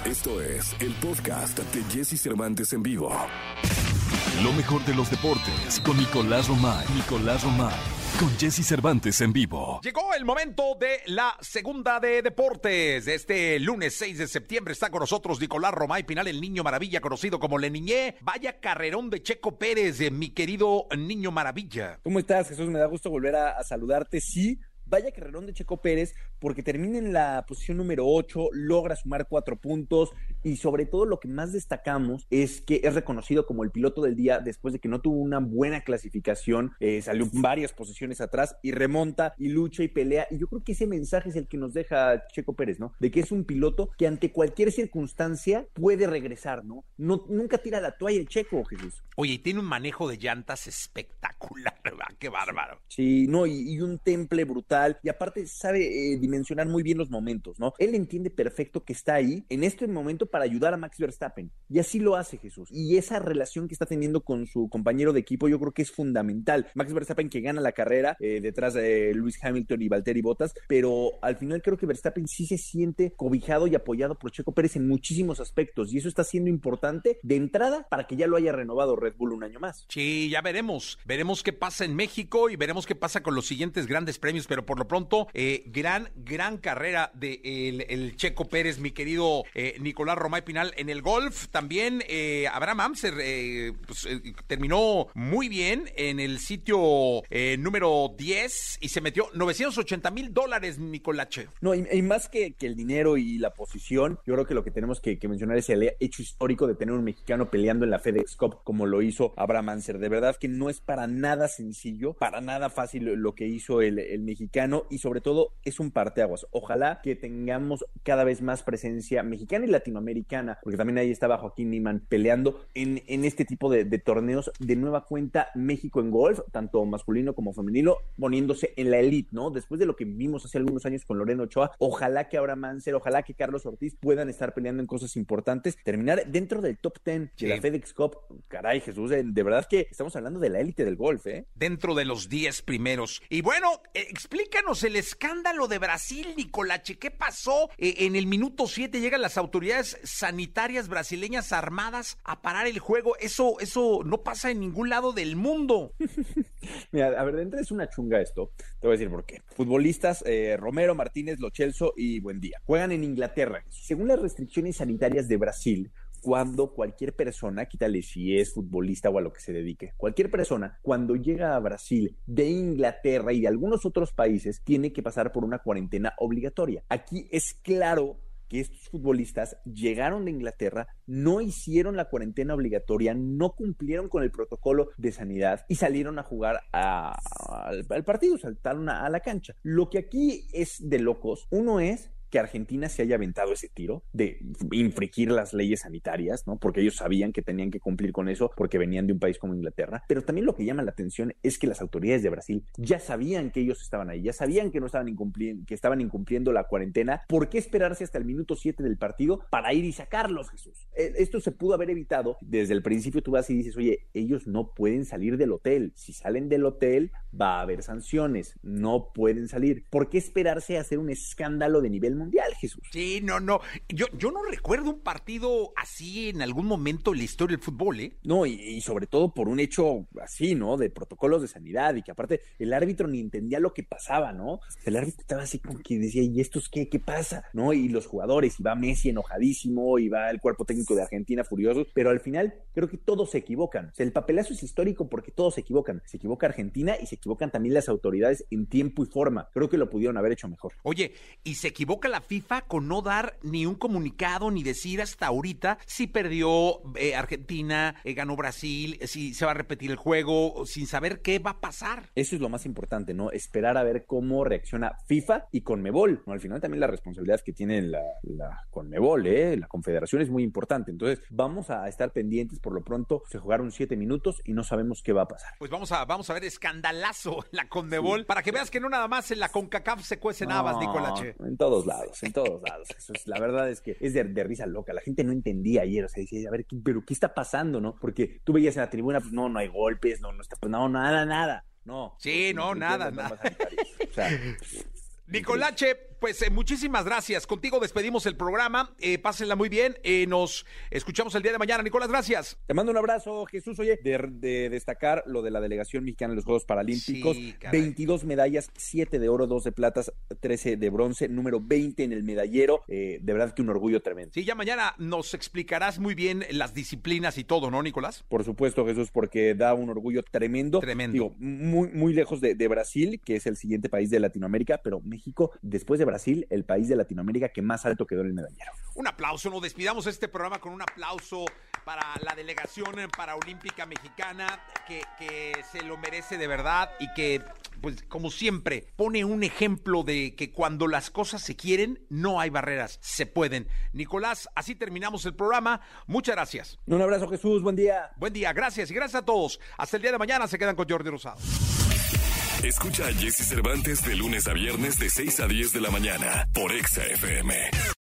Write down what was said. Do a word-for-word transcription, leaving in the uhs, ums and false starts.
Esto es el podcast de Jesse Cervantes en vivo. Lo mejor de los deportes con Nicolás Romay. Nicolás Romay. Con Jesse Cervantes en vivo. Llegó el momento de la segunda de deportes. Este lunes seis de septiembre está con nosotros Nicolás Romay Pinal, el Niño Maravilla, conocido como Le Niñé. Vaya carrerón de Checo Pérez, eh, mi querido Niño Maravilla. ¿Cómo estás, Jesús? Me da gusto volver a, a saludarte. Sí, vaya carrerón de Checo Pérez, porque termina en la posición número ocho, logra sumar cuatro puntos y sobre todo lo que más destacamos es que es reconocido como el piloto del día después de que no tuvo una buena clasificación, eh, salió varias posiciones atrás y remonta y lucha y pelea, y yo creo que ese mensaje es el que nos deja Checo Pérez, ¿no? De que es un piloto que ante cualquier circunstancia puede regresar, ¿no? no nunca tira la toalla el Checo, Jesús. Oye, y tiene un manejo de llantas espectacular, ¿verdad? ¡Qué bárbaro! Sí, no, y, y un temple brutal, y aparte sabe eh, dimensionar muy bien los momentos, ¿no? Él entiende perfecto que está ahí en este momento para ayudar a Max Verstappen, y así lo hace, Jesús, y esa relación que está teniendo con su compañero de equipo yo creo que es fundamental. Max Verstappen que gana la carrera eh, detrás de Lewis Hamilton y Valtteri Bottas, pero al final creo que Verstappen sí se siente cobijado y apoyado por Checo Pérez en muchísimos aspectos, y eso está siendo importante de entrada para que ya lo haya renovado Red Bull un año más. Sí, ya veremos, veremos qué pasa en México y veremos qué pasa con los siguientes grandes premios, pero por lo pronto, eh, gran, gran carrera de el, el Checo Pérez, mi querido eh, Nicolás Romay Pinal. En el golf también eh, Abraham Ancer eh, pues, eh, terminó muy bien en el sitio eh, número diez y se metió novecientos ochenta mil dólares, Nicolache. No, y, y más que, que el dinero y la posición, yo creo que lo que tenemos que, que mencionar es el hecho histórico de tener un mexicano peleando en la FedEx Cup como lo hizo Abraham Ancer. De verdad que no es para nada sencillo, para nada fácil lo que hizo el, el mexicano, y sobre todo es un parteaguas. Ojalá que tengamos cada vez más presencia mexicana y latinoamericana, porque también ahí estaba Joaquín Niemann peleando en, en este tipo de, de torneos. De nueva cuenta, México en golf, tanto masculino como femenino, poniéndose en la elite, ¿no? Después de lo que vimos hace algunos años con Lorena Ochoa, ojalá que Abraham Ancer, ojalá que Carlos Ortiz puedan estar peleando en cosas importantes, terminar dentro del top diez de sí. La FedEx Cup. Caray, Jesús, de, de verdad que estamos hablando de la élite del golf, ¿eh? Dentro de los diez primeros. Y bueno, eh, explícanos el escándalo de Brasil, Nicolache. ¿Qué pasó? Eh, en el minuto siete llegan las autoridades sanitarias brasileñas armadas a parar el juego. Eso, eso no pasa en ningún lado del mundo. Mira, a ver, de entrada es una chunga esto. Te voy a decir por qué. Futbolistas eh, Romero, Martínez, Lo Celso y Buendía juegan en Inglaterra. Según las restricciones sanitarias de Brasil, cuando cualquier persona, quítale si es futbolista o a lo que se dedique, cualquier persona, cuando llega a Brasil de Inglaterra y de algunos otros países, tiene que pasar por una cuarentena obligatoria. Aquí es claro que estos futbolistas llegaron de Inglaterra, no hicieron la cuarentena obligatoria, no cumplieron con el protocolo de sanidad y salieron a jugar a, a, al, al partido, saltaron a, a la cancha. Lo que aquí es de locos, uno es que Argentina se haya aventado ese tiro de infringir las leyes sanitarias, ¿no? Porque ellos sabían que tenían que cumplir con eso porque venían de un país como Inglaterra. Pero también lo que llama la atención es que las autoridades de Brasil ya sabían que ellos estaban ahí, ya sabían que no estaban incumpliendo, que estaban incumpliendo la cuarentena. ¿Por qué esperarse hasta el minuto siete del partido para ir y sacarlos, Jesús? Esto se pudo haber evitado. Desde el principio tú vas y dices, oye, ellos no pueden salir del hotel. Si salen del hotel va a haber sanciones. No pueden salir. ¿Por qué esperarse a hacer un escándalo de nivel mundial, Jesús? Sí, no, no. Yo, yo no recuerdo un partido así en algún momento en la historia del fútbol, ¿eh? No, y, y sobre todo por un hecho así, ¿no? De protocolos de sanidad, y que aparte el árbitro ni entendía lo que pasaba, ¿no? El árbitro estaba así como que decía, ¿y estos qué? ¿Qué pasa? ¿No? Y los jugadores, y va Messi enojadísimo, y va el cuerpo técnico de Argentina furioso, pero al final creo que todos se equivocan. O sea, el papelazo es histórico porque todos se equivocan. Se equivoca Argentina y se equivocan también las autoridades en tiempo y forma. Creo que lo pudieron haber hecho mejor. Oye, y se equivoca la FIFA con no dar ni un comunicado ni decir hasta ahorita si perdió eh, Argentina, eh, ganó Brasil, si se va a repetir el juego, sin saber qué va a pasar. Eso es lo más importante, ¿no? Esperar a ver cómo reacciona FIFA y Conmebol, ¿no? Al final también la responsabilidad que tiene la, la Conmebol, ¿eh? La confederación es muy importante. Entonces vamos a estar pendientes. Por lo pronto se jugaron siete minutos y no sabemos qué va a pasar. Pues vamos a, vamos a ver escandalazo la Conmebol, sí, para que veas que no nada más en la CONCACAF se cuecen no, habas, Nicolache. En todos lados, en todos lados. Eso es, la verdad es que es de, de risa loca. La gente no entendía ayer, o sea, decía, a ver, ¿qué, pero qué está pasando, no? Porque tú veías en la tribuna, pues no, no hay golpes, no, no está, pues no, nada, nada, no. Sí, no, nada, nada. O sea, Nicolache, pues eh, muchísimas gracias. Contigo despedimos el programa. Eh, pásenla muy bien. Eh, nos escuchamos el día de mañana. Nicolás, gracias. Te mando un abrazo, Jesús. Oye, de, de destacar lo de la delegación mexicana en los Juegos Paralímpicos. Sí, caray. veintidós medallas, siete de oro, dos de plata, trece de bronce, número veinte en el medallero. Eh, de verdad que un orgullo tremendo. Sí, ya mañana nos explicarás muy bien las disciplinas y todo, ¿no, Nicolás? Por supuesto, Jesús, porque da un orgullo tremendo. Tremendo. Digo, muy, muy lejos de, de Brasil, que es el siguiente país de Latinoamérica, pero México, después de Brasil, el país de Latinoamérica que más alto quedó en el medallero. Un aplauso, nos despidamos este programa con un aplauso para la delegación paraolímpica mexicana, que, que se lo merece de verdad y que, pues, como siempre, pone un ejemplo de que cuando las cosas se quieren, no hay barreras, se pueden. Nicolás, así terminamos el programa. Muchas gracias. Un abrazo, Jesús, buen día. Buen día, gracias y gracias a todos. Hasta el día de mañana, se quedan con Jordi Rosado. Escucha a Jesse Cervantes de lunes a viernes de seis a diez de la mañana por Exa F M.